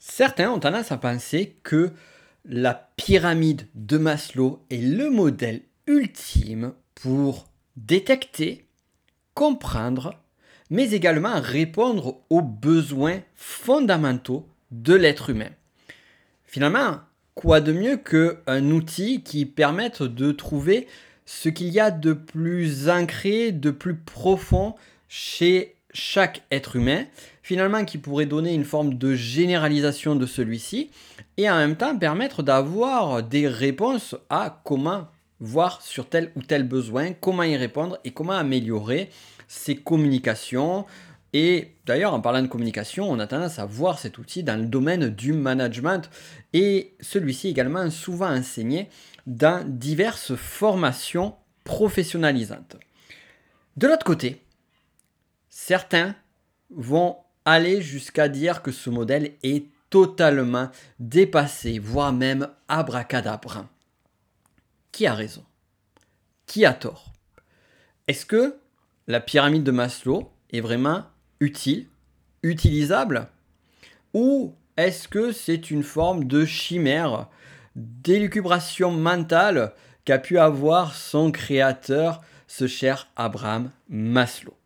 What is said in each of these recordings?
Certains ont tendance à penser que la pyramide de Maslow est le modèle ultime pour détecter, comprendre, mais également répondre aux besoins fondamentaux de l'être humain. Finalement, quoi de mieux qu'un outil qui permette de trouver ce qu'il y a de plus ancré, de plus profond chez chaque être humain, finalement qui pourrait donner une forme de généralisation de celui-ci et en même temps permettre d'avoir des réponses à comment voir sur tel ou tel besoin, comment y répondre et comment améliorer ses communications. Et d'ailleurs, en parlant de communication, on a tendance à voir cet outil dans le domaine du management et celui-ci également souvent enseigné dans diverses formations professionnalisantes. De l'autre côté, certains vont aller jusqu'à dire que ce modèle est totalement dépassé, voire même abracadabra. Qui a raison? Qui a tort? Est-ce que la pyramide de Maslow est vraiment utile, utilisable? Ou est-ce que c'est une forme de chimère, d'élucubration mentale qu'a pu avoir son créateur, ce cher Abraham Maslow?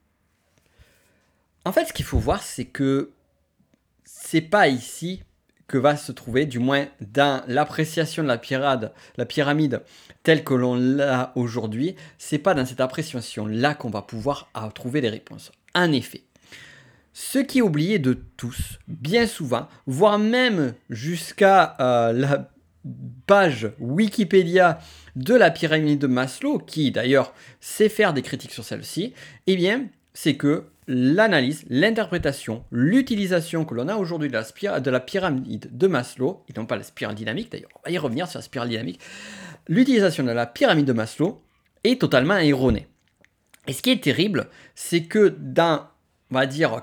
En fait, ce qu'il faut voir, c'est que c'est pas ici que va se trouver, du moins dans l'appréciation de la pyramide telle que l'on l'a aujourd'hui, c'est pas dans cette appréciation-là qu'on va pouvoir trouver des réponses. En effet, ce qui est oublié de tous, bien souvent, voire même jusqu'à la page Wikipédia de la pyramide de Maslow, qui d'ailleurs sait faire des critiques sur celle-ci, eh bien, c'est que l'analyse, l'interprétation, l'utilisation que l'on a aujourd'hui de la pyramide de Maslow, et non pas la spirale dynamique d'ailleurs, on va y revenir sur la spirale dynamique, l'utilisation de la pyramide de Maslow est totalement erronée. Et ce qui est terrible, c'est que dans, on va dire,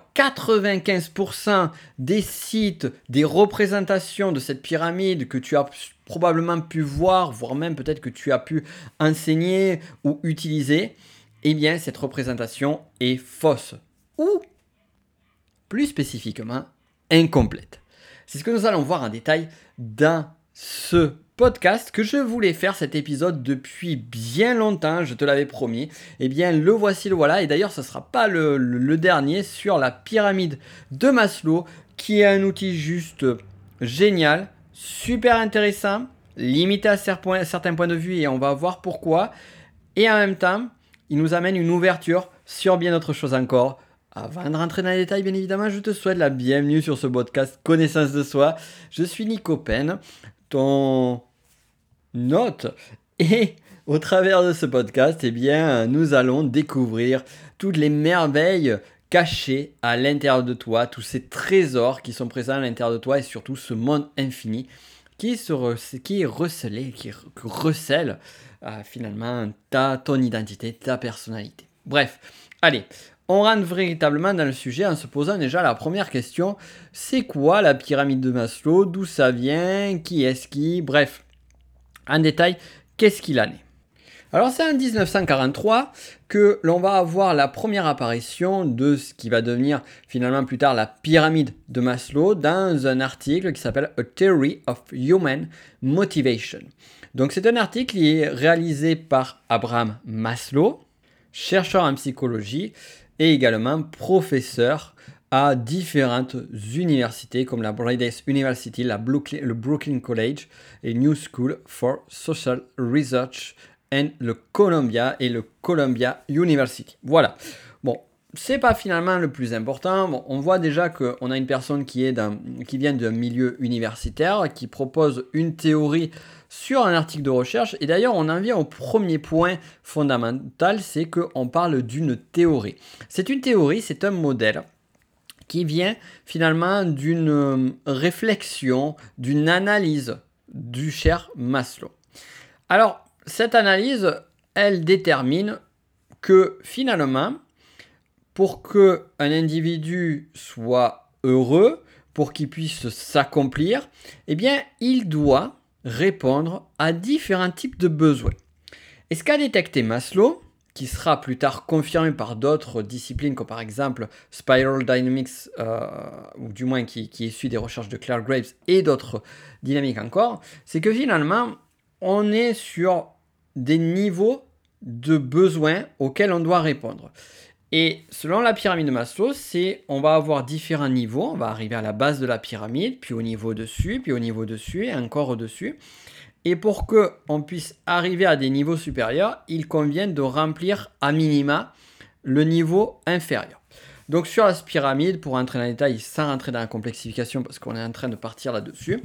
95% des sites, des représentations de cette pyramide que tu as probablement pu voir, voire même peut-être que tu as pu enseigner ou utiliser, eh bien cette représentation est fausse ou, plus spécifiquement, incomplète. C'est ce que nous allons voir en détail dans ce podcast que je voulais faire cet épisode depuis bien longtemps, je te l'avais promis. Eh bien, le voici, le voilà. Et d'ailleurs, ce ne sera pas le dernier sur la pyramide de Maslow, qui est un outil juste génial, super intéressant, limité à certains points de vue, et on va voir pourquoi. Et en même temps, il nous amène une ouverture sur bien d'autres choses encore. Avant de rentrer dans les détails, bien évidemment, je te souhaite la bienvenue sur ce podcast Connaissance de soi. Je suis Nico Pen, ton hôte, et au travers de ce podcast, eh bien, nous allons découvrir toutes les merveilles cachées à l'intérieur de toi, tous ces trésors qui sont présents à l'intérieur de toi et surtout ce monde infini qui est recèle finalement ton identité, ta personnalité. Bref, allez, on rentre véritablement dans le sujet en se posant déjà la première question. C'est quoi la pyramide de Maslow? D'où ça vient? Qui est-ce qui? Bref, en détail, qu'est-ce qu'il en est? Alors c'est en 1943 que l'on va avoir la première apparition de ce qui va devenir finalement plus tard la pyramide de Maslow dans un article qui s'appelle A Theory of Human Motivation. Donc c'est un article qui est réalisé par Abraham Maslow, chercheur en psychologie et également professeur à différentes universités comme la Brandeis University, le Brooklyn College et New School for Social Research et le Columbia University. Voilà. Bon, c'est pas finalement le plus important. Bon, on voit déjà qu'on a une personne qui vient d'un milieu universitaire, qui propose une théorie sur un article de recherche. Et d'ailleurs, on en vient au premier point fondamental, c'est qu'on parle d'une théorie. C'est une théorie, c'est un modèle qui vient finalement d'une réflexion, d'une analyse du cher Maslow. Alors, cette analyse, elle détermine que finalement, pour qu'un individu soit heureux, pour qu'il puisse s'accomplir, eh bien, il doit répondre à différents types de besoins. Et ce qu'a détecté Maslow, qui sera plus tard confirmé par d'autres disciplines, comme par exemple Spiral Dynamics, ou du moins qui est issu des recherches de Claire Graves et d'autres dynamiques encore, c'est que finalement, on est sur des niveaux de besoins auxquels on doit répondre. Et selon la pyramide de Maslow, on va avoir différents niveaux. On va arriver à la base de la pyramide, puis au niveau dessus, puis au niveau dessus, et encore au-dessus. Et pour qu'on puisse arriver à des niveaux supérieurs, il convient de remplir à minima le niveau inférieur. Donc sur la pyramide, pour rentrer dans les détails sans rentrer dans la complexification, parce qu'on est en train de partir là-dessus,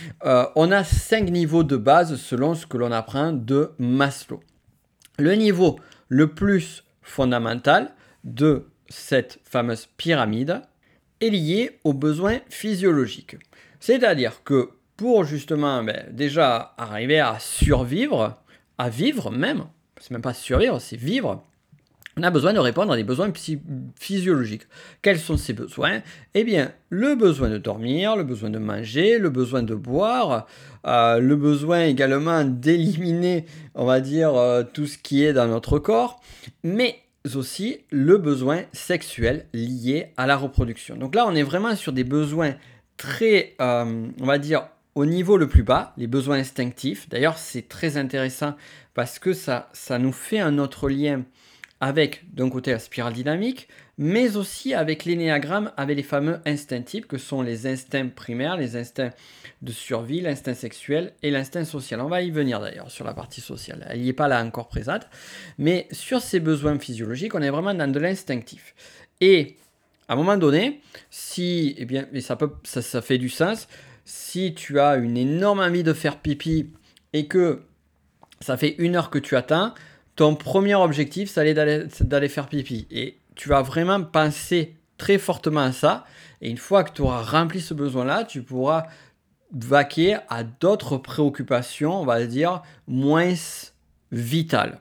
on a 5 niveaux de base selon ce que l'on apprend de Maslow. Le niveau le plus fondamental de cette fameuse pyramide est lié aux besoins physiologiques. C'est-à-dire que pour justement déjà arriver à survivre, à vivre même, c'est même pas survivre, c'est vivre, on a besoin de répondre à des besoins physiologiques. Quels sont ces besoins? Eh bien, le besoin de dormir, le besoin de manger, le besoin de boire, le besoin également d'éliminer, on va dire, tout ce qui est dans notre corps, mais aussi le besoin sexuel lié à la reproduction. Donc là, on est vraiment sur des besoins très, on va dire, au niveau le plus bas, les besoins instinctifs. D'ailleurs, c'est très intéressant parce que ça nous fait un autre lien avec, d'un côté, la spirale dynamique, mais aussi avec l'énéagramme, avec les fameux instincts types que sont les instincts primaires, les instincts de survie, l'instinct sexuel et l'instinct social. On va y venir d'ailleurs sur la partie sociale. Elle n'y est pas là encore présente. Mais sur ces besoins physiologiques, on est vraiment dans de l'instinctif. Et à un moment donné, eh bien, ça fait du sens, si tu as une énorme envie de faire pipi et que ça fait 1 heure que tu attends, ton premier objectif, c'est d'aller faire pipi. Et tu vas vraiment penser très fortement à ça. Et une fois que tu auras rempli ce besoin-là, tu pourras vaquer à d'autres préoccupations, on va dire, moins vitales.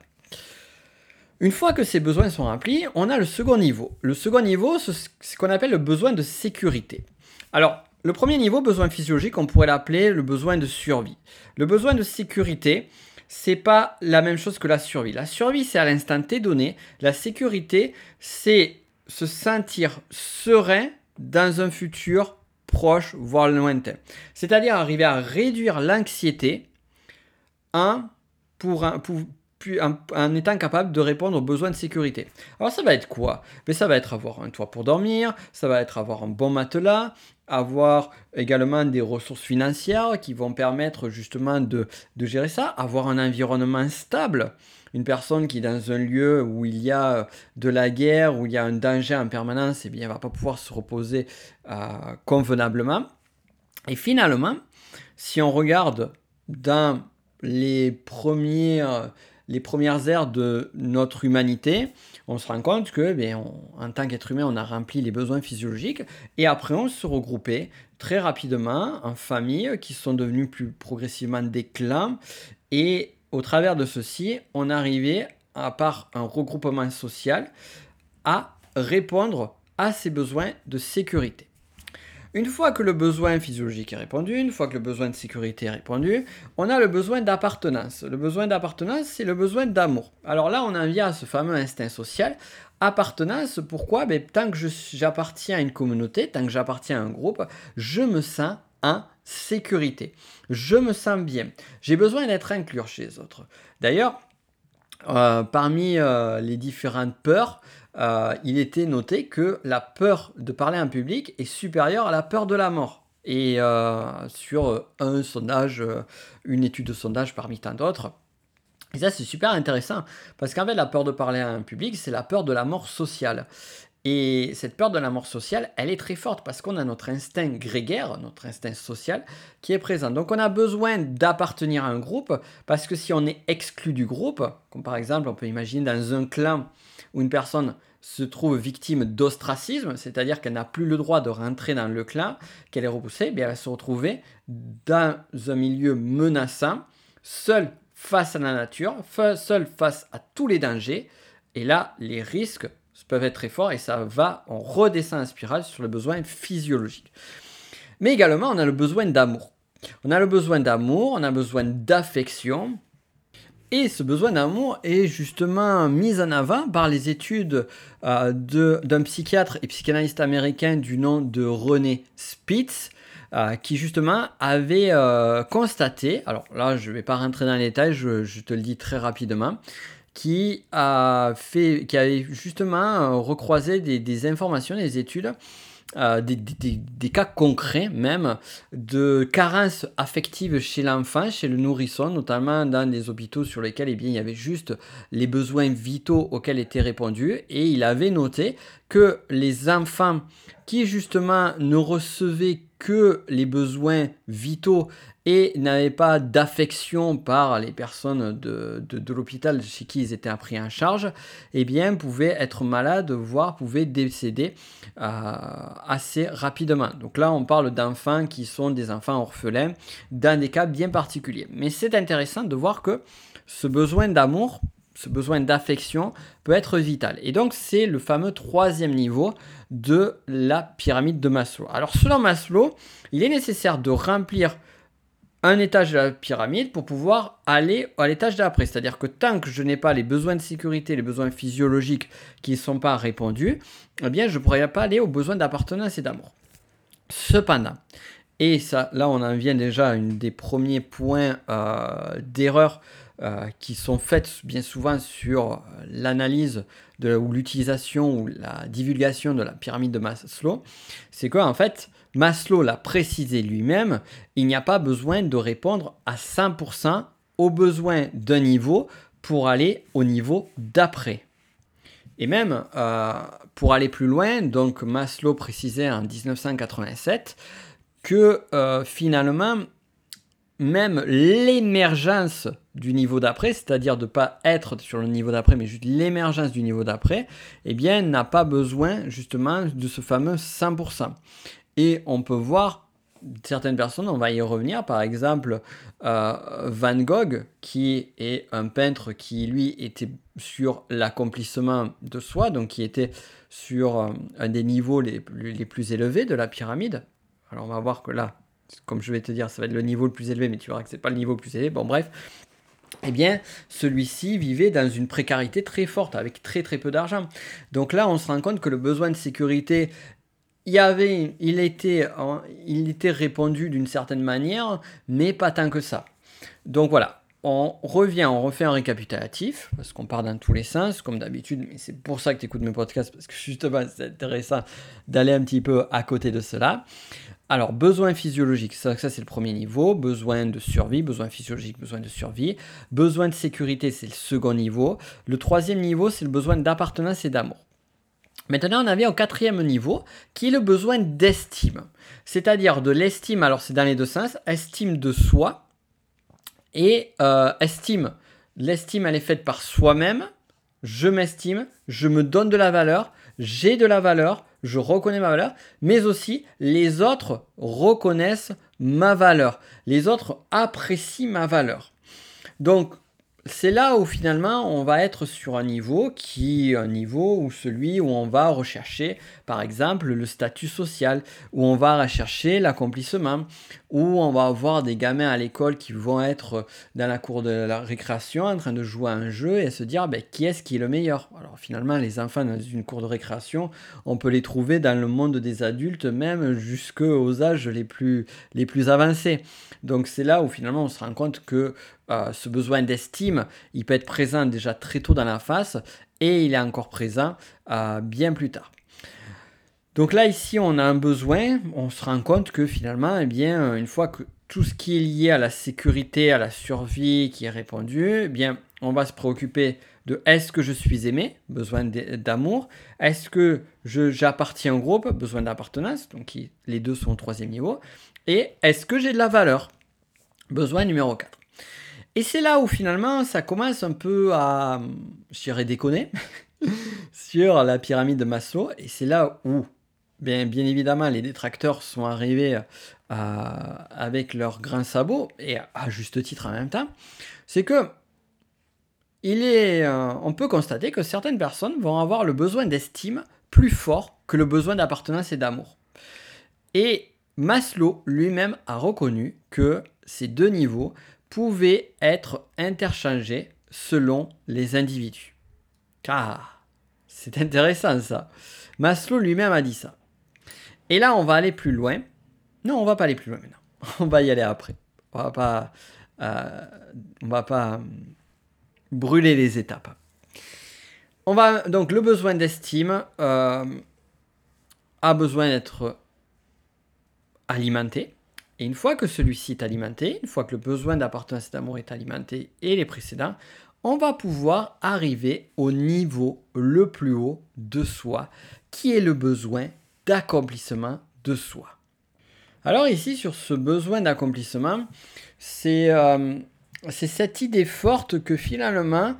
Une fois que ces besoins sont remplis, on a le second niveau. Le second niveau, c'est ce qu'on appelle le besoin de sécurité. Alors, le premier niveau, besoin physiologique, on pourrait l'appeler le besoin de survie. Le besoin de sécurité, c'est pas la même chose que la survie. La survie, c'est à l'instant T donné. La sécurité, c'est se sentir serein dans un futur proche, voire lointain. C'est-à-dire arriver à réduire l'anxiété en étant capable de répondre aux besoins de sécurité. Alors ça va être quoi? Ça va être avoir un toit pour dormir, ça va être avoir un bon matelas, avoir également des ressources financières qui vont permettre justement de gérer ça, avoir un environnement stable. Une personne qui est dans un lieu où il y a de la guerre, où il y a un danger en permanence, eh bien, elle ne va pas pouvoir se reposer convenablement. Et finalement, si on regarde dans les premières ères de notre humanité, on se rend compte que, en tant qu'être humain, on a rempli les besoins physiologiques et après on se regroupait très rapidement en familles qui sont devenues plus progressivement des clans et au travers de ceci, on arrivait, à part un regroupement social, à répondre à ces besoins de sécurité. Une fois que le besoin physiologique est répondu, une fois que le besoin de sécurité est répondu, on a le besoin d'appartenance. Le besoin d'appartenance, c'est le besoin d'amour. Alors là, on en vient à ce fameux instinct social. Appartenance, pourquoi? Tant que j'appartiens à une communauté, tant que j'appartiens à un groupe, je me sens en sécurité. Je me sens bien. J'ai besoin d'être inclus chez les autres. D'ailleurs, parmi les différentes peurs, il était noté que la peur de parler en public est supérieure à la peur de la mort. Et sur un sondage, une étude de sondage parmi tant d'autres. Et ça, c'est super intéressant parce qu'en fait, la peur de parler en public, c'est la peur de la mort sociale. Et cette peur de la mort sociale, elle est très forte parce qu'on a notre instinct grégaire, notre instinct social qui est présent. Donc on a besoin d'appartenir à un groupe parce que si on est exclu du groupe, comme par exemple on peut imaginer dans un clan où une personne se trouve victime d'ostracisme, c'est-à-dire qu'elle n'a plus le droit de rentrer dans le clan, qu'elle est repoussée, elle va se retrouver dans un milieu menaçant, seule face à la nature, seule face à tous les dangers. Et là, les risques peuvent être très forts et on redescend en spirale sur le besoin physiologique. Mais également, on a le besoin d'amour. On a le besoin d'amour, on a besoin d'affection. Et ce besoin d'amour est justement mis en avant par les études d'un psychiatre et psychanalyste américain du nom de René Spitz, qui justement avait constaté, alors là je ne vais pas rentrer dans les détails, je te le dis très rapidement, qui avait justement recroisé des informations, des études, des cas concrets même de carence affective chez l'enfant, chez le nourrisson, notamment dans des hôpitaux sur lesquels il y avait juste les besoins vitaux auxquels étaient répondus, et il avait noté que les enfants qui justement ne recevaient que les besoins vitaux et n'avaient pas d'affection par les personnes de l'hôpital chez qui ils étaient pris en charge, eh bien, pouvaient être malades, voire pouvaient décéder assez rapidement. Donc là, on parle d'enfants qui sont des enfants orphelins dans des cas bien particuliers. Mais c'est intéressant de voir que ce besoin d'amour, ce besoin d'affection peut être vital. Et donc, c'est le fameux 3e niveau de la pyramide de Maslow. Alors, selon Maslow, il est nécessaire de remplir un étage de la pyramide pour pouvoir aller à l'étage d'après. C'est-à-dire que tant que je n'ai pas les besoins de sécurité, les besoins physiologiques qui ne sont pas répondus, eh bien, je ne pourrai pas aller aux besoins d'appartenance et d'amour. Cependant, et ça, là, on en vient déjà à un des premiers points d'erreur qui sont faites bien souvent sur l'analyse ou l'utilisation ou la divulgation de la pyramide de Maslow, c'est qu'en fait, Maslow l'a précisé lui-même, il n'y a pas besoin de répondre à 100% aux besoins d'un niveau pour aller au niveau d'après. Et même, pour aller plus loin, donc Maslow précisait en 1987 que finalement, même l'émergence du niveau d'après, c'est-à-dire de ne pas être sur le niveau d'après, mais juste l'émergence du niveau d'après, eh bien, n'a pas besoin justement de ce fameux 100%. Et on peut voir certaines personnes, on va y revenir, par exemple Van Gogh, qui est un peintre qui, lui, était sur l'accomplissement de soi, donc qui était sur un des niveaux les plus élevés de la pyramide. Alors on va voir que là, comme je vais te dire, ça va être le niveau le plus élevé, mais tu verras que ce n'est pas le niveau le plus élevé. Bon, bref. Eh bien, celui-ci vivait dans une précarité très forte, avec très très peu d'argent. Donc là, on se rend compte que le besoin de sécurité, il était répondu d'une certaine manière, mais pas tant que ça. Donc voilà, on refait un récapitulatif, parce qu'on part dans tous les sens, comme d'habitude, mais c'est pour ça que tu écoutes mes podcasts, parce que justement, c'est intéressant d'aller un petit peu à côté de cela. Alors, besoin physiologique, ça c'est le premier niveau. Besoin de survie, besoin physiologique, besoin de survie. Besoin de sécurité, c'est le second niveau. Le 3e niveau, c'est le besoin d'appartenance et d'amour. Maintenant, on avait au 4e niveau, qui est le besoin d'estime. C'est-à-dire de l'estime, alors c'est dans les deux sens, estime de soi et estime. L'estime, elle est faite par soi-même. Je m'estime, je me donne de la valeur, j'ai de la valeur, je reconnais ma valeur, mais aussi les autres reconnaissent ma valeur. Les autres apprécient ma valeur. Donc, c'est là où finalement on va être sur un niveau où celui où on va rechercher par exemple le statut social, où on va rechercher l'accomplissement, où on va avoir des gamins à l'école qui vont être dans la cour de la récréation en train de jouer à un jeu et se dire qui est-ce qui est le meilleur. Alors finalement les enfants dans une cour de récréation, on peut les trouver dans le monde des adultes même jusqu'aux âges les plus avancés. Donc c'est là où finalement on se rend compte que ce besoin d'estime, il peut être présent déjà très tôt dans la phase et il est encore présent bien plus tard. Donc là, ici, on a un besoin, on se rend compte que finalement, une fois que tout ce qui est lié à la sécurité, à la survie qui est répondu, on va se préoccuper de est-ce que je suis aimé, besoin d'amour, est-ce que j'appartiens au groupe, besoin d'appartenance, donc les deux sont au 3e niveau, et est-ce que j'ai de la valeur, besoin numéro 4. Et c'est là où finalement ça commence un peu à, je dirais, déconner sur la pyramide de Maslow. Et c'est là où, bien évidemment, les détracteurs sont arrivés avec leurs grands sabots, et à juste titre en même temps. C'est que on peut constater que certaines personnes vont avoir le besoin d'estime plus fort que le besoin d'appartenance et d'amour. Et Maslow lui-même a reconnu que ces deux niveaux pouvaient être interchangés selon les individus. Ah, c'est intéressant ça. Maslow lui-même a dit ça. Et là, on va aller plus loin. Non, on va pas aller plus loin maintenant. On va y aller après. On va pas brûler les étapes. Donc le besoin d'estime a besoin d'être alimenté. Et une fois que celui-ci est alimenté, une fois que le besoin d'appartenance et d'amour est alimenté et les précédents, on va pouvoir arriver au niveau le plus haut de soi, qui est le besoin d'accomplissement de soi. Alors ici, sur ce besoin d'accomplissement, c'est cette idée forte que finalement,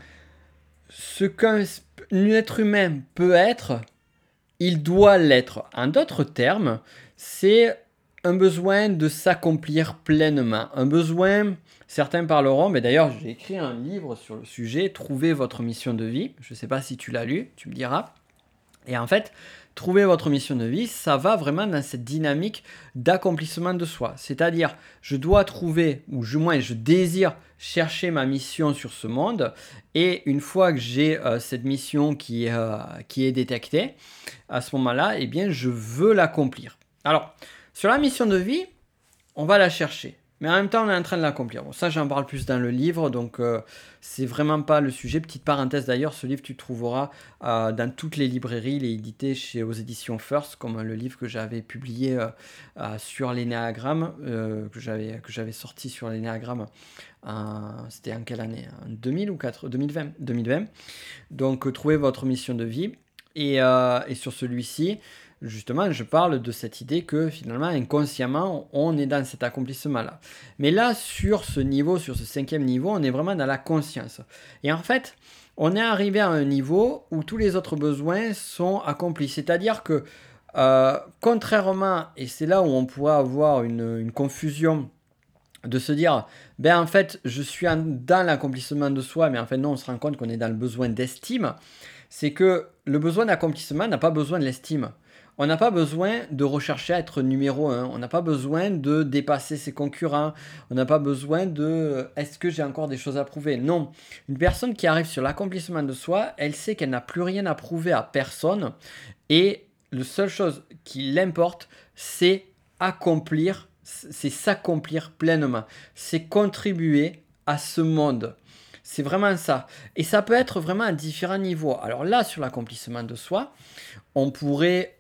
ce qu'un être humain peut être, il doit l'être. En d'autres termes, c'est un besoin de s'accomplir pleinement. Un besoin, certains parleront, mais d'ailleurs j'ai écrit un livre sur le sujet, Trouver votre mission de vie. Je ne sais pas si tu l'as lu, tu me diras. Et en fait, trouver votre mission de vie, ça va vraiment dans cette dynamique d'accomplissement de soi. C'est-à-dire, je dois trouver, ou du moins je désire chercher ma mission sur ce monde. Et une fois que j'ai cette mission qui est détectée, à ce moment-là, eh bien, je veux l'accomplir. Alors, sur la mission de vie, on va la chercher. Mais en même temps, on est en train de l'accomplir. Bon, ça, j'en parle plus dans le livre, donc c'est vraiment pas le sujet. Petite parenthèse d'ailleurs, ce livre, tu le trouveras dans toutes les librairies. Il est édité aux éditions First, comme le livre que j'avais publié sur l'énéagramme, que j'avais sorti sur l'énéagramme. C'était en quelle année? En 2000 ou 2020. Donc, trouvez votre mission de vie. Et sur celui-ci, justement, je parle de cette idée que finalement, inconsciemment, on est dans cet accomplissement-là. Mais là, sur ce niveau, sur ce 5e niveau, on est vraiment dans la conscience. Et en fait, on est arrivé à un niveau où tous les autres besoins sont accomplis. C'est-à-dire que, contrairement, et c'est là où on pourrait avoir une confusion, de se dire, ben en fait, je suis dans l'accomplissement de soi, mais en fait, non, on se rend compte qu'on est dans le besoin d'estime. C'est que le besoin d'accomplissement n'a pas besoin de l'estime. On n'a pas besoin de rechercher à être numéro 1. On n'a pas besoin de dépasser ses concurrents. On n'a pas besoin de est-ce que j'ai encore des choses à prouver? Non. Une personne qui arrive sur l'accomplissement de soi, elle sait qu'elle n'a plus rien à prouver à personne. Et la seule chose qui l'importe, c'est s'accomplir pleinement. C'est contribuer à ce monde. C'est vraiment ça. Et ça peut être vraiment à différents niveaux. Alors là, sur l'accomplissement de soi, on pourrait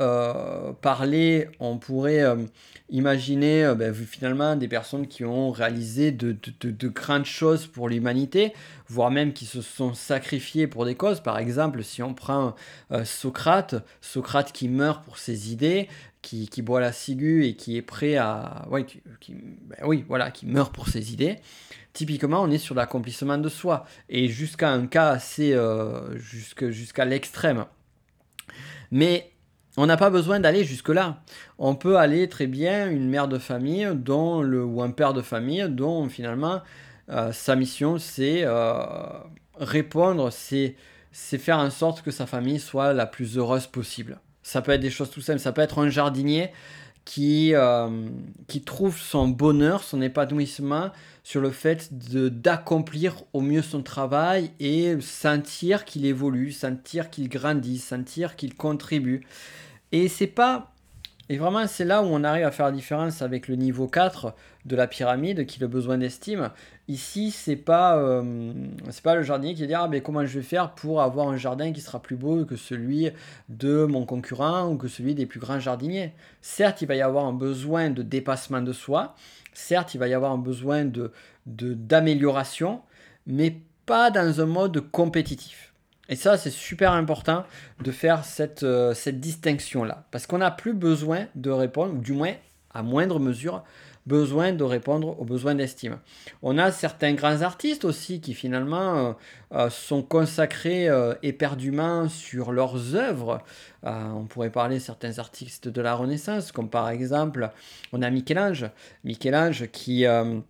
imaginer finalement des personnes qui ont réalisé de grandes choses pour l'humanité, voire même qui se sont sacrifiées pour des causes. Par exemple, si on prend Socrate qui meurt pour ses idées, qui boit la ciguë et qui est prêt à... qui meurt pour ses idées. Typiquement, on est sur l'accomplissement de soi, et jusqu'à un cas assez... jusqu'à l'extrême. Mais on n'a pas besoin d'aller jusque-là. On peut aller très bien une mère de famille ou un père de famille dont finalement sa mission c'est répondre, c'est faire en sorte que sa famille soit la plus heureuse possible. Ça peut être des choses tout simples, ça peut être un jardinier qui trouve son bonheur, son épanouissement sur le fait d'accomplir au mieux son travail et sentir qu'il évolue, sentir qu'il grandit, sentir qu'il contribue. Et vraiment, c'est là où on arrive à faire la différence avec le niveau 4 de la pyramide, qui est le besoin d'estime. Ici, c'est pas le jardinier qui va dire comment je vais faire pour avoir un jardin qui sera plus beau que celui de mon concurrent ou que celui des plus grands jardiniers. Certes, il va y avoir un besoin de dépassement de soi. Certes, il va y avoir un besoin d'amélioration, mais pas dans un mode compétitif. Et ça, c'est super important de faire cette distinction-là. Parce qu'on n'a plus besoin de répondre, ou du moins, à moindre mesure, besoin de répondre aux besoins d'estime. On a certains grands artistes aussi qui finalement sont consacrés éperdument sur leurs œuvres. On pourrait parler de certains artistes de la Renaissance, comme par exemple, on a Michel-Ange. Michel-Ange qui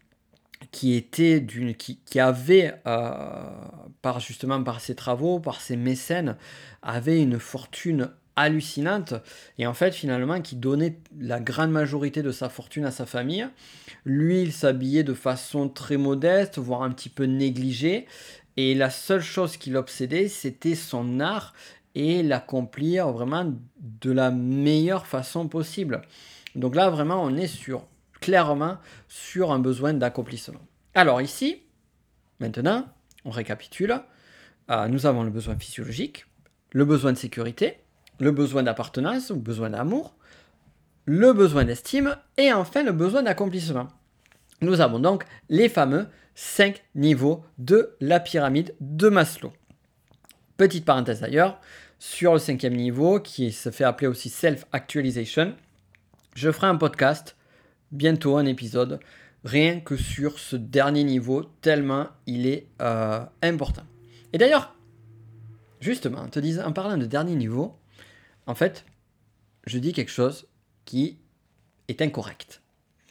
avait, par ses travaux, par ses mécènes, avait une fortune hallucinante, et en fait finalement qui donnait la grande majorité de sa fortune à sa famille. Lui, il s'habillait de façon très modeste, voire un petit peu négligée, Et la seule chose qui l'obsédait, c'était son art et l'accomplir vraiment de la meilleure façon possible. Donc là, vraiment, on est clairement sur un besoin d'accomplissement. Alors ici, maintenant, on récapitule. Nous avons le besoin physiologique, le besoin de sécurité, le besoin d'appartenance ou besoin d'amour, le besoin d'estime et enfin le besoin d'accomplissement. Nous avons donc les fameux 5 niveaux de la pyramide de Maslow. Petite parenthèse d'ailleurs, sur le 5e niveau, qui se fait appeler aussi self-actualization, je ferai un podcast, bientôt un épisode, rien que sur ce dernier niveau, tellement il est important. Et d'ailleurs, justement, en parlant de dernier niveau, en fait, je dis quelque chose qui est incorrect.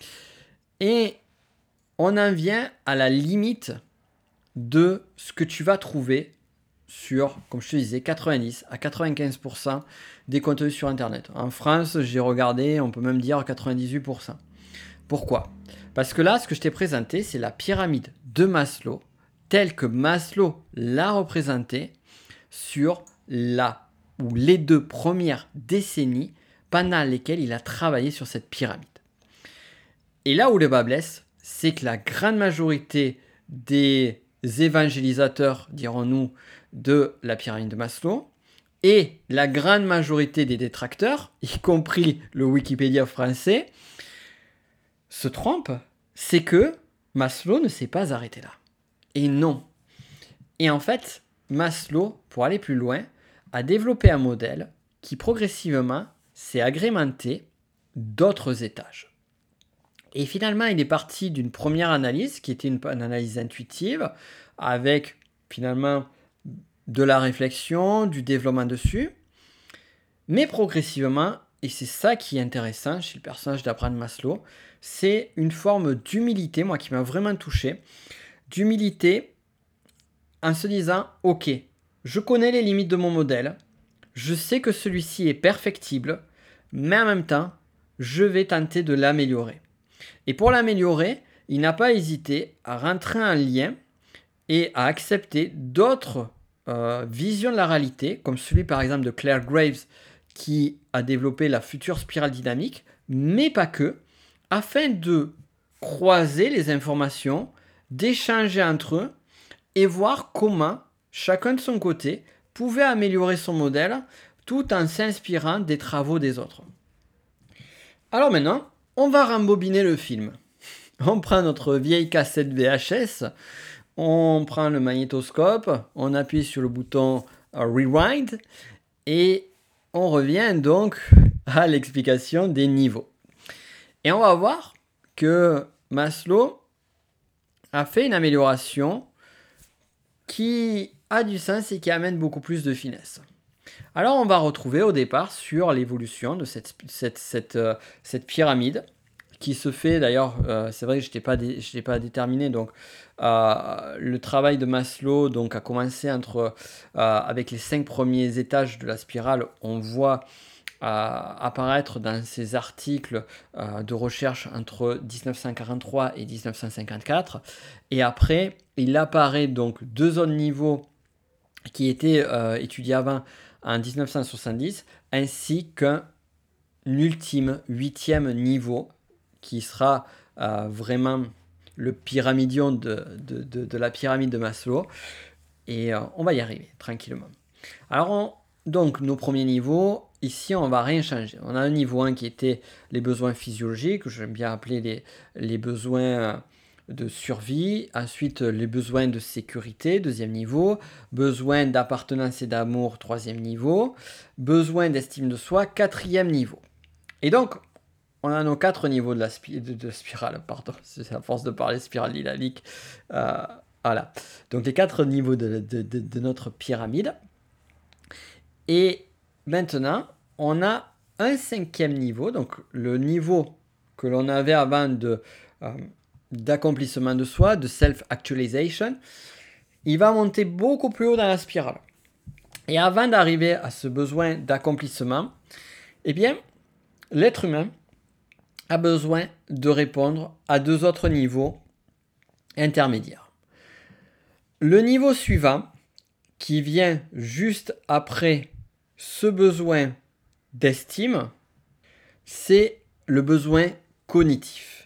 Et on en vient à la limite de ce que tu vas trouver sur, comme je te disais, 90 à 95% des contenus sur Internet. En France, j'ai regardé, on peut même dire 98%. Pourquoi ? Parce que là, ce que je t'ai présenté, c'est la pyramide de Maslow, telle que Maslow l'a représentée sur les 2 premières décennies pendant lesquelles il a travaillé sur cette pyramide. Et là où le bas blesse, c'est que la grande majorité des évangélisateurs, dirons-nous, de la pyramide de Maslow, et la grande majorité des détracteurs, y compris le Wikipédia français, se trompent, c'est que Maslow ne s'est pas arrêté là. Et non. Et en fait, Maslow, pour aller plus loin, a développé un modèle qui progressivement s'est agrémenté d'autres étages. Et finalement, il est parti d'une première analyse qui était une analyse intuitive avec finalement de la réflexion, du développement dessus. Mais progressivement, et c'est ça qui est intéressant chez le personnage d'Abraham Maslow, c'est une forme d'humilité, moi qui m'a vraiment touché, d'humilité en se disant « Ok, je connais les limites de mon modèle, je sais que celui-ci est perfectible, mais en même temps, je vais tenter de l'améliorer. » Et pour l'améliorer, il n'a pas hésité à rentrer en lien et à accepter d'autres visions de la réalité, comme celui par exemple de Claire Graves qui a développé la future spirale dynamique, mais pas que, afin de croiser les informations, d'échanger entre eux et voir comment chacun de son côté pouvait améliorer son modèle tout en s'inspirant des travaux des autres. Alors maintenant, on va rembobiner le film. On prend notre vieille cassette VHS, on prend le magnétoscope, on appuie sur le bouton Rewind et on revient donc à l'explication des niveaux. Et on va voir que Maslow a fait une amélioration qui a du sens et qui amène beaucoup plus de finesse. Alors on va retrouver au départ sur l'évolution de cette pyramide qui se fait d'ailleurs, c'est vrai que je n'étais pas déterminé, donc le travail de Maslow donc, a commencé avec les 5 premiers étages de la spirale. On voit apparaître dans ses articles de recherche entre 1943 et 1954. Et après, il apparaît donc 2 autres niveaux qui étaient étudiés avant en 1970, ainsi qu'un ultime 8e niveau qui sera vraiment le pyramidion de la pyramide de Maslow. Et on va y arriver tranquillement. Alors, donc, nos premiers niveaux, ici, on ne va rien changer. On a un niveau 1 qui était les besoins physiologiques, que j'aime bien appeler les besoins de survie. Ensuite, les besoins de sécurité, 2e niveau. Besoin d'appartenance et d'amour, 3e niveau. Besoin d'estime de soi, 4e niveau. Et donc, on a nos 4 niveaux de spirale, pardon, c'est à force de parler spirale dynamique. Voilà. Donc, les 4 niveaux de notre pyramide. Et maintenant, on a un 5e niveau, donc le niveau que l'on avait avant d'accomplissement de soi, de self-actualization. Il va monter beaucoup plus haut dans la spirale. Et avant d'arriver à ce besoin d'accomplissement, eh bien, l'être humain a besoin de répondre à 2 autres niveaux intermédiaires. Le niveau suivant, qui vient juste après ce besoin d'estime, c'est le besoin cognitif.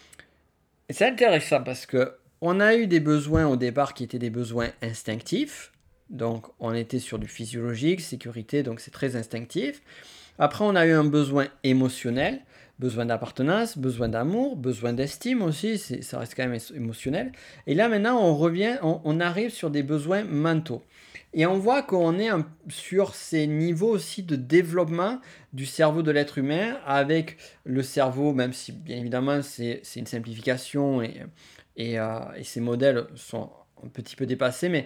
Et c'est intéressant parce que on a eu des besoins au départ qui étaient des besoins instinctifs. Donc on était sur du physiologique, sécurité, donc c'est très instinctif. Après on a eu un besoin émotionnel, besoin d'appartenance, besoin d'amour, besoin d'estime aussi, ça reste quand même émotionnel. Et là maintenant on arrive sur des besoins mentaux. Et on voit qu'on est sur ces niveaux aussi de développement du cerveau de l'être humain avec le cerveau, même si bien évidemment c'est une simplification et ces modèles sont un petit peu dépassés, mais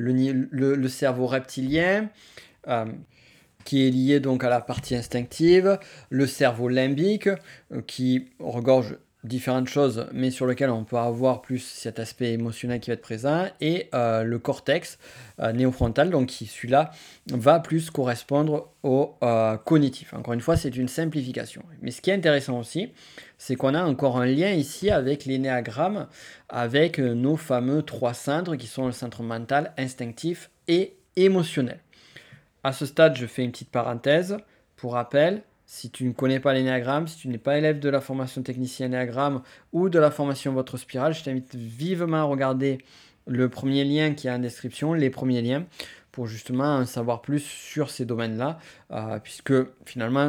le cerveau reptilien, euh, qui est lié donc à la partie instinctive, le cerveau limbique, qui regorge différentes choses, mais sur lequel on peut avoir plus cet aspect émotionnel qui va être présent, et le cortex néofrontal, donc qui celui-là va plus correspondre au cognitif. Encore une fois, c'est une simplification. Mais ce qui est intéressant aussi, c'est qu'on a encore un lien ici avec l'énéagramme, avec nos fameux 3 centres qui sont le centre mental, instinctif et émotionnel. À ce stade, je fais une petite parenthèse. Pour rappel, si tu ne connais pas l'énéagramme, si tu n'es pas élève de la formation technicien énéagramme ou de la formation Votre Spirale, je t'invite vivement à regarder le premier lien qui est en description, les premiers liens, pour justement en savoir plus sur ces domaines-là, puisque finalement,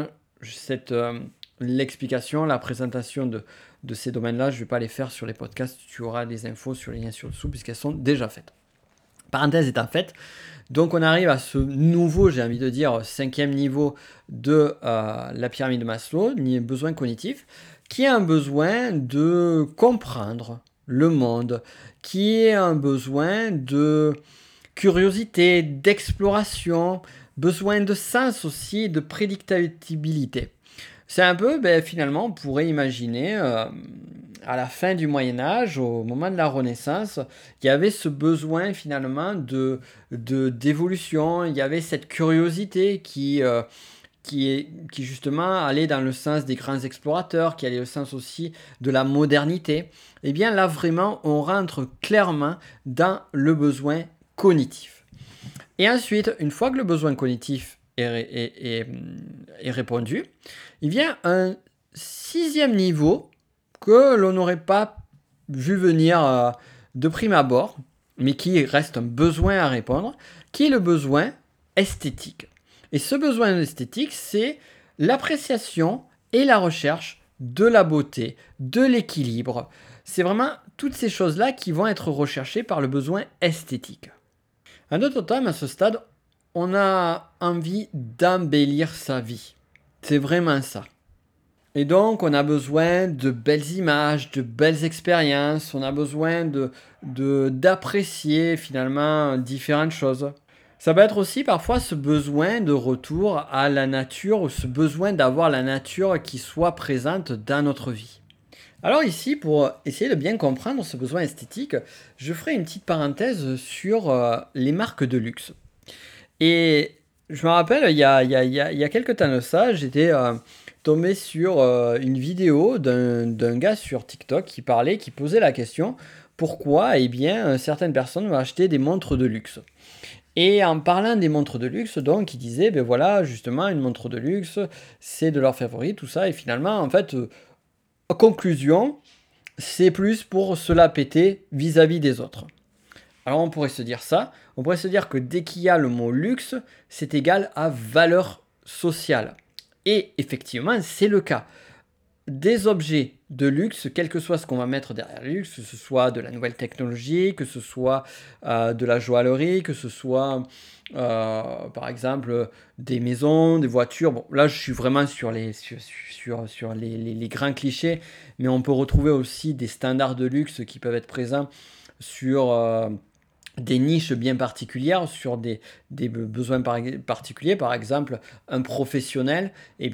l'explication, la présentation de ces domaines-là, je ne vais pas les faire sur les podcasts, tu auras des infos sur les liens sur dessous, puisqu'elles sont déjà faites. Parenthèse étant faite, donc on arrive à ce nouveau, j'ai envie de dire, 5e niveau de la pyramide de Maslow, besoin cognitif, qui est un besoin de comprendre le monde, qui est un besoin de curiosité, d'exploration, besoin de sens aussi, de prédictabilité. C'est un peu, finalement, on pourrait imaginer, à la fin du Moyen-Âge, au moment de la Renaissance, il y avait ce besoin finalement d'évolution, il y avait cette curiosité qui justement allait dans le sens des grands explorateurs, qui allait dans le sens aussi de la modernité. Et bien là, vraiment, on rentre clairement dans le besoin cognitif. Et ensuite, une fois que le besoin cognitif est répondu, il vient un 6e niveau que l'on n'aurait pas vu venir de prime abord, mais qui reste un besoin à répondre, qui est le besoin esthétique. Et ce besoin esthétique, c'est l'appréciation et la recherche de la beauté, de l'équilibre. C'est vraiment toutes ces choses-là qui vont être recherchées par le besoin esthétique. En d'autres termes, à ce stade, on a envie d'embellir sa vie. C'est vraiment ça. Et donc, on a besoin de belles images, de belles expériences, on a besoin d'apprécier finalement différentes choses. Ça peut être aussi parfois ce besoin de retour à la nature ou ce besoin d'avoir la nature qui soit présente dans notre vie. Alors ici, pour essayer de bien comprendre ce besoin esthétique, je ferai une petite parenthèse sur les marques de luxe. Et je me rappelle, il y a quelques temps de ça, j'étais tombé sur une vidéo d'un gars sur TikTok qui posait la question pourquoi certaines personnes vont acheter des montres de luxe. Et en parlant des montres de luxe, donc, il disait, justement, une montre de luxe, c'est de leur favori, tout ça, et finalement, en fait, conclusion, c'est plus pour se la péter vis-à-vis des autres. Alors on pourrait se dire ça, on pourrait se dire que dès qu'il y a le mot luxe, c'est égal à valeur sociale. Et effectivement, c'est le cas. Des objets de luxe, quel que soit ce qu'on va mettre derrière le luxe, que ce soit de la nouvelle technologie, que ce soit de la joaillerie, que ce soit par exemple des maisons, des voitures. Bon, là je suis vraiment sur les grands clichés, mais on peut retrouver aussi des standards de luxe qui peuvent être présents sur des niches bien particulières, sur des besoins particuliers. Par exemple, un professionnel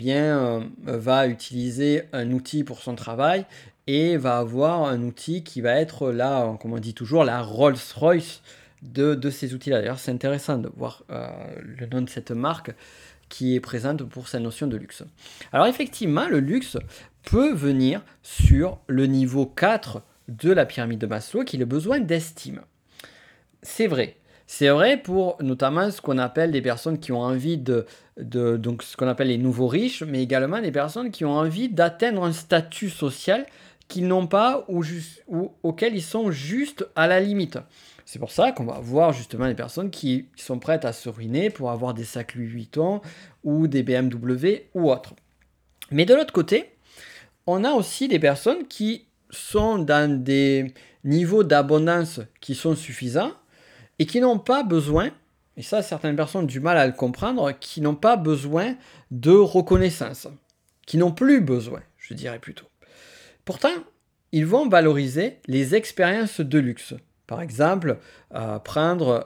va utiliser un outil pour son travail et va avoir un outil qui va être là, comme on dit toujours, la Rolls-Royce de ces outils-là. D'ailleurs, c'est intéressant de voir le nom de cette marque qui est présente pour sa notion de luxe. Alors effectivement, le luxe peut venir sur le niveau 4 de la pyramide de Maslow, qui est le besoin d'estime. c'est vrai. C'est vrai pour notamment ce qu'on appelle des personnes qui ont envie donc ce qu'on appelle les nouveaux riches, mais également des personnes qui ont envie d'atteindre un statut social qu'ils n'ont pas ou auquel ils sont juste à la limite. C'est pour ça qu'on va voir justement des personnes qui sont prêtes à se ruiner pour avoir des sacs Louis Vuitton ou des BMW ou autres. Mais de l'autre côté, on a aussi des personnes qui sont dans des niveaux d'abondance qui sont suffisants et qui n'ont pas besoin, et ça certaines personnes ont du mal à le comprendre, qui n'ont pas besoin de reconnaissance, qui n'ont plus besoin, je dirais plutôt. Pourtant, ils vont valoriser les expériences de luxe. Par exemple, prendre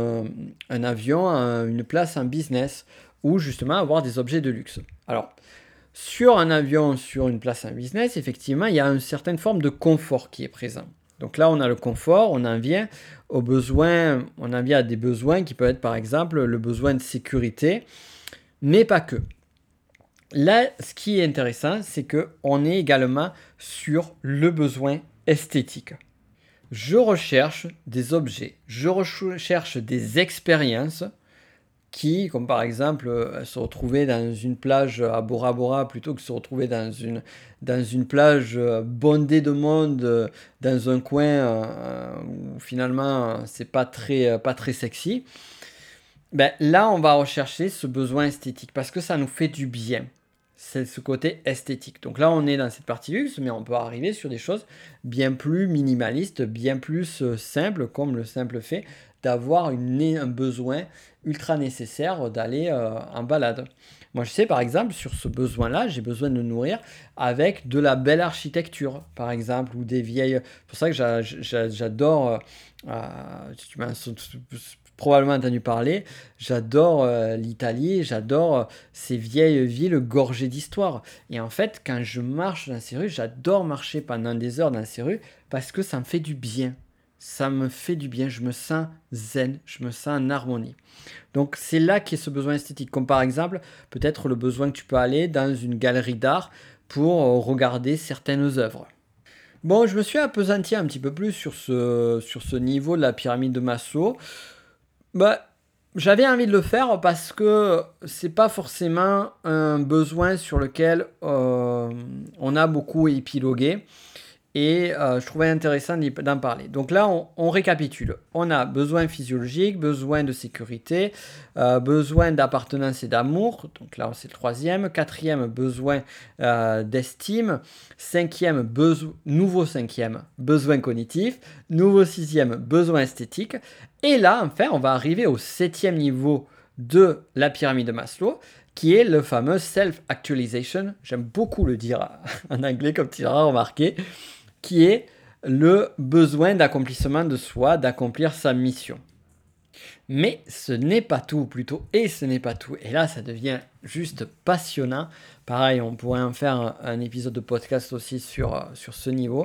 un avion, une place en business, ou justement avoir des objets de luxe. Alors, sur un avion, sur une place en business, effectivement, il y a une certaine forme de confort qui est présent. Donc là, on a le confort, on en vient aux besoins, on en vient à des besoins qui peuvent être par exemple le besoin de sécurité, mais pas que. Là, ce qui est intéressant, c'est qu'on est également sur le besoin esthétique. Je recherche des objets, je recherche des expériences qui, comme par exemple, se retrouver dans une plage à Bora Bora plutôt que se retrouver dans une plage bondée de monde dans un coin où finalement c'est pas très sexy. Ben, là, on va rechercher ce besoin esthétique parce que ça nous fait du bien. C'est ce côté esthétique. Donc là, on est dans cette partie luxe, mais on peut arriver sur des choses bien plus minimalistes, bien plus simples, comme le simple fait d'avoir un besoin ultra nécessaire d'aller en balade. Moi, je sais par exemple, sur ce besoin-là, j'ai besoin de nourrir avec de la belle architecture, par exemple, ou des vieilles. C'est pour ça que j'adore. Tu m'as probablement entendu parler. J'adore l'Italie, j'adore ces vieilles villes gorgées d'histoire. Et en fait, quand je marche dans ces rues, j'adore marcher pendant des heures dans ces rues parce que ça me fait du bien. Ça me fait du bien, je me sens zen, je me sens en harmonie. Donc c'est là qu'est ce besoin esthétique, comme par exemple peut-être le besoin que tu peux aller dans une galerie d'art pour regarder certaines œuvres. Bon, je me suis appesanti un petit peu plus sur ce niveau de la pyramide de Maslow. Bah, j'avais envie de le faire parce que c'est pas forcément un besoin sur lequel on a beaucoup épilogué. Et je trouvais intéressant d'en parler. Donc là, on récapitule. On a besoin physiologique, besoin de sécurité, besoin d'appartenance et d'amour. Donc là, c'est le troisième. Quatrième, besoin d'estime. Cinquième, nouveau cinquième, besoin cognitif. Nouveau sixième, besoin esthétique. Et là, enfin, on va arriver au septième niveau de la pyramide de Maslow, qui est le fameux self-actualization. J'aime beaucoup le dire en anglais, comme tu l'auras remarqué, qui est le besoin d'accomplissement de soi, d'accomplir sa mission. Mais ce n'est pas tout, plutôt, et ce n'est pas tout. Et là, ça devient juste passionnant. Pareil, on pourrait en faire un épisode de podcast aussi sur ce niveau.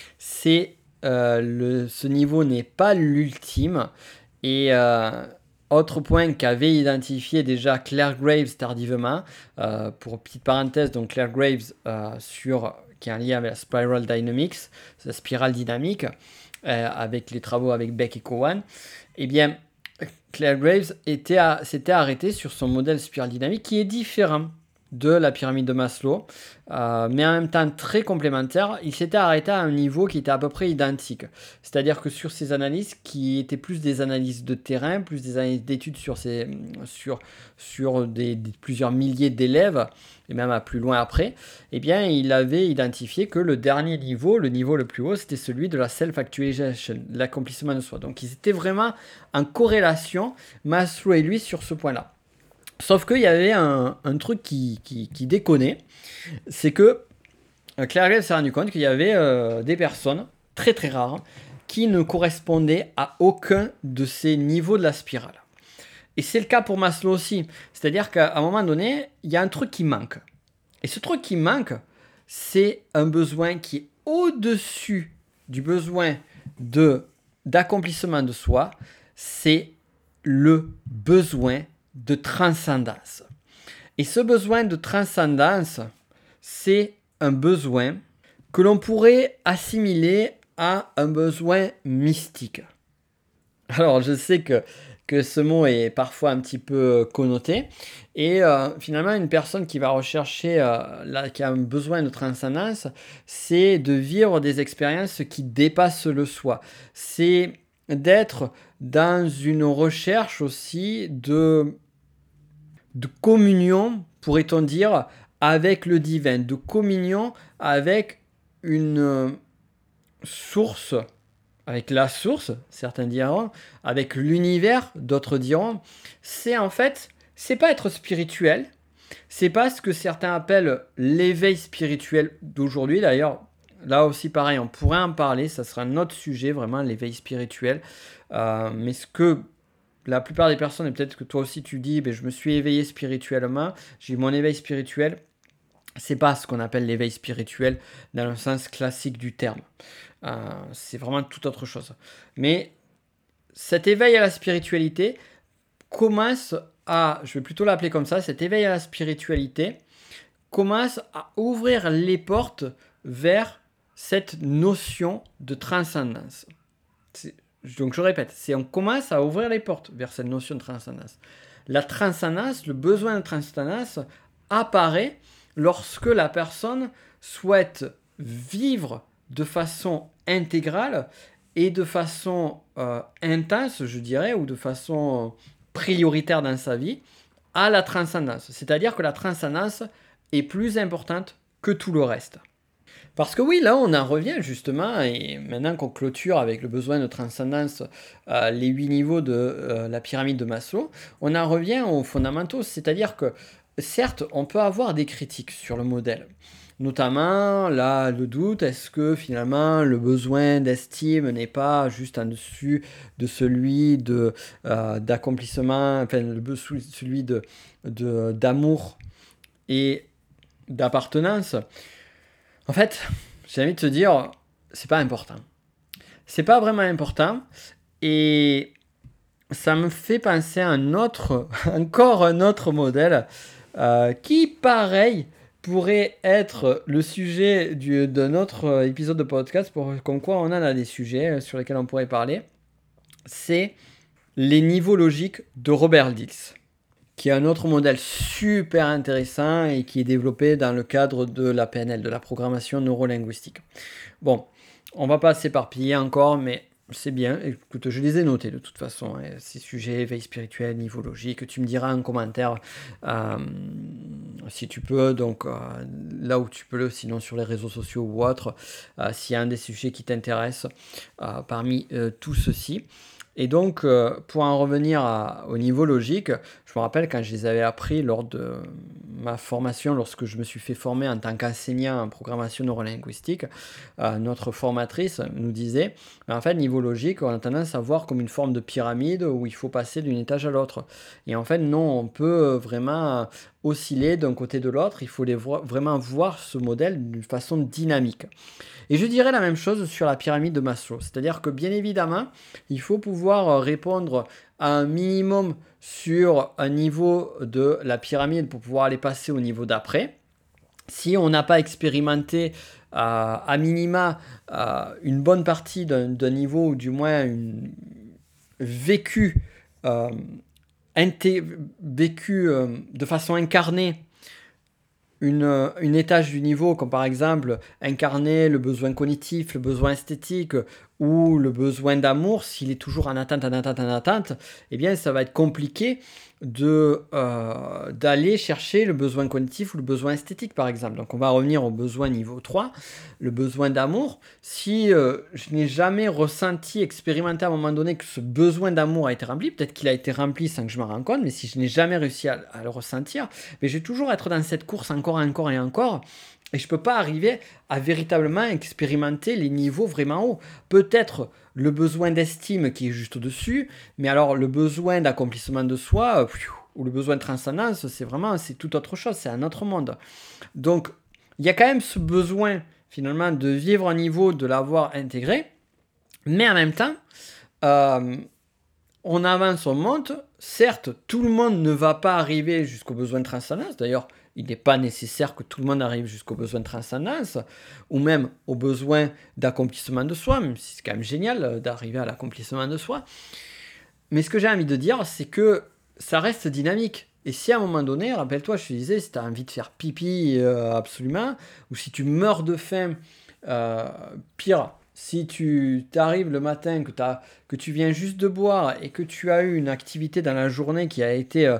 Ce niveau n'est pas l'ultime. Et autre point qu'avait identifié déjà Claire Graves tardivement, pour petite parenthèse, donc Claire Graves qui est en lien avec la Spiral Dynamics, la spirale dynamique, avec les travaux avec Beck et Cowan, eh bien, Claire Graves s'était arrêtée sur son modèle spirale dynamique qui est différent de la pyramide de Maslow, mais en même temps très complémentaire. Il s'était arrêté à un niveau qui était à peu près identique. C'est-à-dire que sur ces analyses, qui étaient plus des analyses de terrain, plus des analyses d'études sur plusieurs milliers d'élèves, et même à plus loin après, eh bien, il avait identifié que le dernier niveau, le niveau le plus haut, c'était celui de la self-actualization, l'accomplissement de soi. Donc ils étaient vraiment en corrélation, Maslow et lui, sur ce point-là. Sauf qu'il y avait un truc qui déconnait, c'est que Claire Graves s'est rendu compte qu'il y avait des personnes, très très rares, qui ne correspondaient à aucun de ces niveaux de la spirale. Et c'est le cas pour Maslow aussi. C'est-à-dire qu'à un moment donné, il y a un truc qui manque. Et ce truc qui manque, c'est un besoin qui est au-dessus du besoin d'accomplissement de soi, c'est le besoin de transcendance. Et ce besoin de transcendance, c'est un besoin que l'on pourrait assimiler à un besoin mystique. Alors, je sais que ce mot est parfois un petit peu connoté et finalement, une personne qui va rechercher, qui a un besoin de transcendance, c'est de vivre des expériences qui dépassent le soi. C'est d'être dans une recherche aussi de communion, pourrait-on dire, avec le divin, de communion avec une source, avec la source, certains diront, avec l'univers, d'autres diront. C'est en fait, c'est pas être spirituel, c'est pas ce que certains appellent l'éveil spirituel d'aujourd'hui. D'ailleurs, là aussi pareil, on pourrait en parler, ça sera un autre sujet, vraiment, l'éveil spirituel. Mais ce que la plupart des personnes, et peut-être que toi aussi tu dis, ben, je me suis éveillé spirituellement, j'ai eu mon éveil spirituel, c'est pas ce qu'on appelle l'éveil spirituel dans le sens classique du terme. C'est vraiment tout autre chose. Mais cet éveil à la spiritualité commence à, je vais plutôt l'appeler comme ça, cet éveil à la spiritualité commence à ouvrir les portes vers cette notion de transcendance. Donc je répète, on commence à ouvrir les portes vers cette notion de transcendance. La transcendance, le besoin de transcendance apparaît lorsque la personne souhaite vivre de façon intégrale et de façon intense, je dirais, ou de façon prioritaire dans sa vie, à la transcendance. C'est-à-dire que la transcendance est plus importante que tout le reste. Parce que oui, là, on en revient justement, et maintenant qu'on clôture avec le besoin de transcendance les 8 niveaux de la pyramide de Maslow, on en revient aux fondamentaux. C'est-à-dire que, certes, on peut avoir des critiques sur le modèle. Notamment, là, le doute, est-ce que finalement le besoin d'estime n'est pas juste en dessus de celui d'accomplissement, enfin, celui d'amour et d'appartenance. En fait, j'ai envie de te dire, c'est pas important. C'est pas vraiment important et ça me fait penser à encore un autre modèle qui, pareil, pourrait être le sujet d'un autre épisode de podcast, comme quoi on en a des sujets sur lesquels on pourrait parler. C'est les niveaux logiques de Robert Dills, qui est un autre modèle super intéressant et qui est développé dans le cadre de la PNL, de la programmation neurolinguistique. Bon, on va pas s'éparpiller encore, mais c'est bien. Écoute, je les ai notés de toute façon, hein, ces sujets, éveil spirituel, niveau logique. Tu me diras en commentaire si tu peux, donc là où tu peux, sinon sur les réseaux sociaux ou autre, s'il y a un des sujets qui t'intéresse parmi tout ceci. Et donc, pour en revenir au niveau logique, je me rappelle quand je les avais appris lors de ma formation, lorsque je me suis fait former en tant qu'enseignant en programmation neurolinguistique, notre formatrice nous disait, en fait, niveau logique, on a tendance à voir comme une forme de pyramide où il faut passer d'un étage à l'autre. Et en fait, non, on peut vraiment osciller d'un côté de l'autre, il faut vraiment voir ce modèle d'une façon dynamique. Et je dirais la même chose sur la pyramide de Maslow, c'est-à-dire que bien évidemment, il faut pouvoir répondre à un minimum sur un niveau de la pyramide pour pouvoir aller passer au niveau d'après. Si on n'a pas expérimenté à minima une bonne partie d'un niveau, ou du moins vécu de façon incarnée une étage du niveau, comme par exemple incarner le besoin cognitif, le besoin esthétique ou le besoin d'amour, s'il est toujours en attente, eh bien ça va être compliqué d'aller chercher le besoin cognitif ou le besoin esthétique par exemple. Donc on va revenir au besoin niveau 3, le besoin d'amour. Si je n'ai jamais ressenti, expérimenté à un moment donné que ce besoin d'amour a été rempli, peut-être qu'il a été rempli sans que je m'en rende compte, mais si je n'ai jamais réussi à le ressentir, mais je vais toujours être dans cette course encore et encore. Et je ne peux pas arriver à véritablement expérimenter les niveaux vraiment hauts. Peut-être le besoin d'estime qui est juste au-dessus, mais alors le besoin d'accomplissement de soi, ou le besoin de transcendance, c'est tout autre chose, c'est un autre monde. Donc, il y a quand même ce besoin, finalement, de vivre un niveau, de l'avoir intégré, mais en même temps, on avance, on monte. Certes, tout le monde ne va pas arriver jusqu'au besoin de transcendance. D'ailleurs, il n'est pas nécessaire que tout le monde arrive jusqu'au besoin de transcendance, ou même au besoin d'accomplissement de soi, même si c'est quand même génial d'arriver à l'accomplissement de soi. Mais ce que j'ai envie de dire, c'est que ça reste dynamique. Et si à un moment donné, rappelle-toi, je te disais, si tu as envie de faire pipi absolument, ou si tu meurs de faim, pire, si tu t'arrives le matin, que tu viens juste de boire et que tu as eu une activité dans la journée qui a été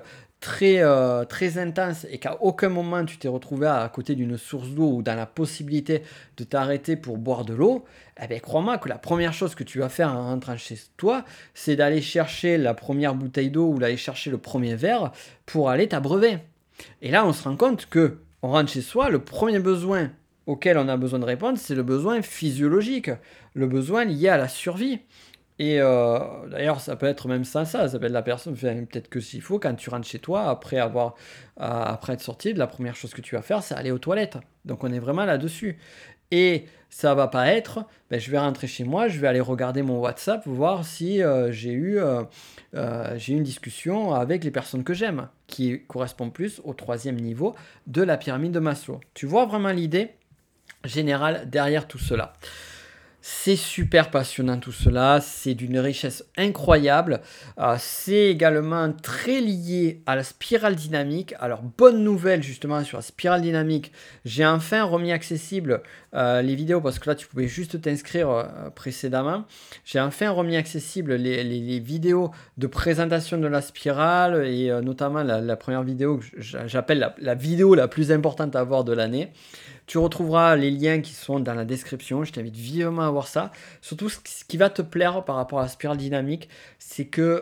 très intense et qu'à aucun moment tu t'es retrouvé à côté d'une source d'eau ou dans la possibilité de t'arrêter pour boire de l'eau, eh bien, crois-moi que la première chose que tu vas faire en rentrant chez toi, c'est d'aller chercher la première bouteille d'eau ou d'aller chercher le premier verre pour aller t'abreuver. Et là, on se rend compte que on rentre chez soi, le premier besoin auquel on a besoin de répondre, c'est le besoin physiologique, le besoin lié à la survie. Et d'ailleurs, ça peut être même sans ça peut être la personne, peut-être que s'il faut, quand tu rentres chez toi, après être sorti, la première chose que tu vas faire, c'est aller aux toilettes. Donc on est vraiment là-dessus. Et ça va pas être, je vais rentrer chez moi, je vais aller regarder mon WhatsApp, voir si j'ai eu une discussion avec les personnes que j'aime, qui correspond plus au troisième niveau de la pyramide de Maslow. Tu vois vraiment l'idée générale derrière tout cela. C'est super passionnant tout cela, c'est d'une richesse incroyable, c'est également très lié à la spirale dynamique. Alors bonne nouvelle justement sur la spirale dynamique, j'ai enfin remis accessible les vidéos parce que là tu pouvais juste t'inscrire précédemment. J'ai enfin remis accessible les vidéos de présentation de la spirale et notamment la première vidéo que j'appelle la vidéo la plus importante à voir de l'année. Tu retrouveras les liens qui sont dans la description. Je t'invite vivement à voir ça. Surtout, ce qui va te plaire par rapport à la spirale dynamique, c'est que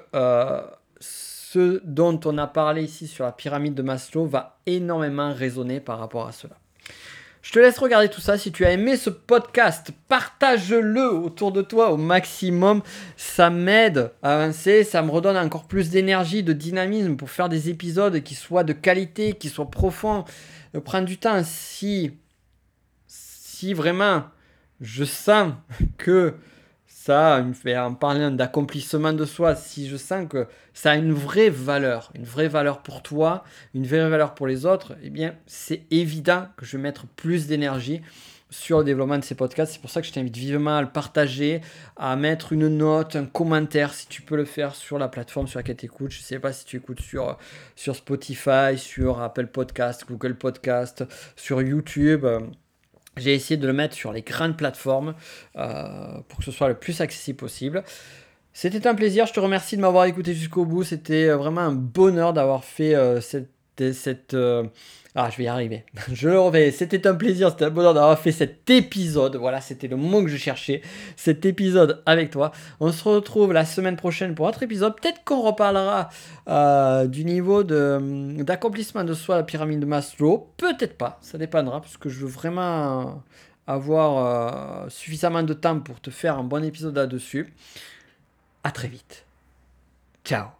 ce dont on a parlé ici sur la pyramide de Maslow va énormément résonner par rapport à cela. Je te laisse regarder tout ça. Si tu as aimé ce podcast, partage-le autour de toi au maximum. Ça m'aide à avancer. Ça me redonne encore plus d'énergie, de dynamisme pour faire des épisodes qui soient de qualité, qui soient profonds. Prendre du temps. Si vraiment je sens que ça me fait, en parlant d'accomplissement de soi, si je sens que ça a une vraie valeur pour toi, une vraie valeur pour les autres, eh bien c'est évident que je vais mettre plus d'énergie sur le développement de ces podcasts. C'est pour ça que je t'invite vivement à le partager, à mettre une note, un commentaire si tu peux le faire sur la plateforme sur laquelle tu écoutes. Je ne sais pas si tu écoutes sur Spotify, sur Apple Podcast, Google Podcast, sur YouTube. J'ai essayé de le mettre sur les grandes plateformes pour que ce soit le plus accessible possible. C'était un plaisir, je te remercie de m'avoir écouté jusqu'au bout. C'était vraiment un bonheur d'avoir fait je vais y arriver. Je le refais. C'était un plaisir, c'était un bonheur d'avoir fait cet épisode. Voilà, c'était le mot que je cherchais. Cet épisode avec toi. On se retrouve la semaine prochaine pour un autre épisode. Peut-être qu'on reparlera du niveau d'accomplissement de soi, la pyramide de Maslow. Peut-être pas, ça dépendra, parce que je veux vraiment avoir suffisamment de temps pour te faire un bon épisode là-dessus. À très vite. Ciao.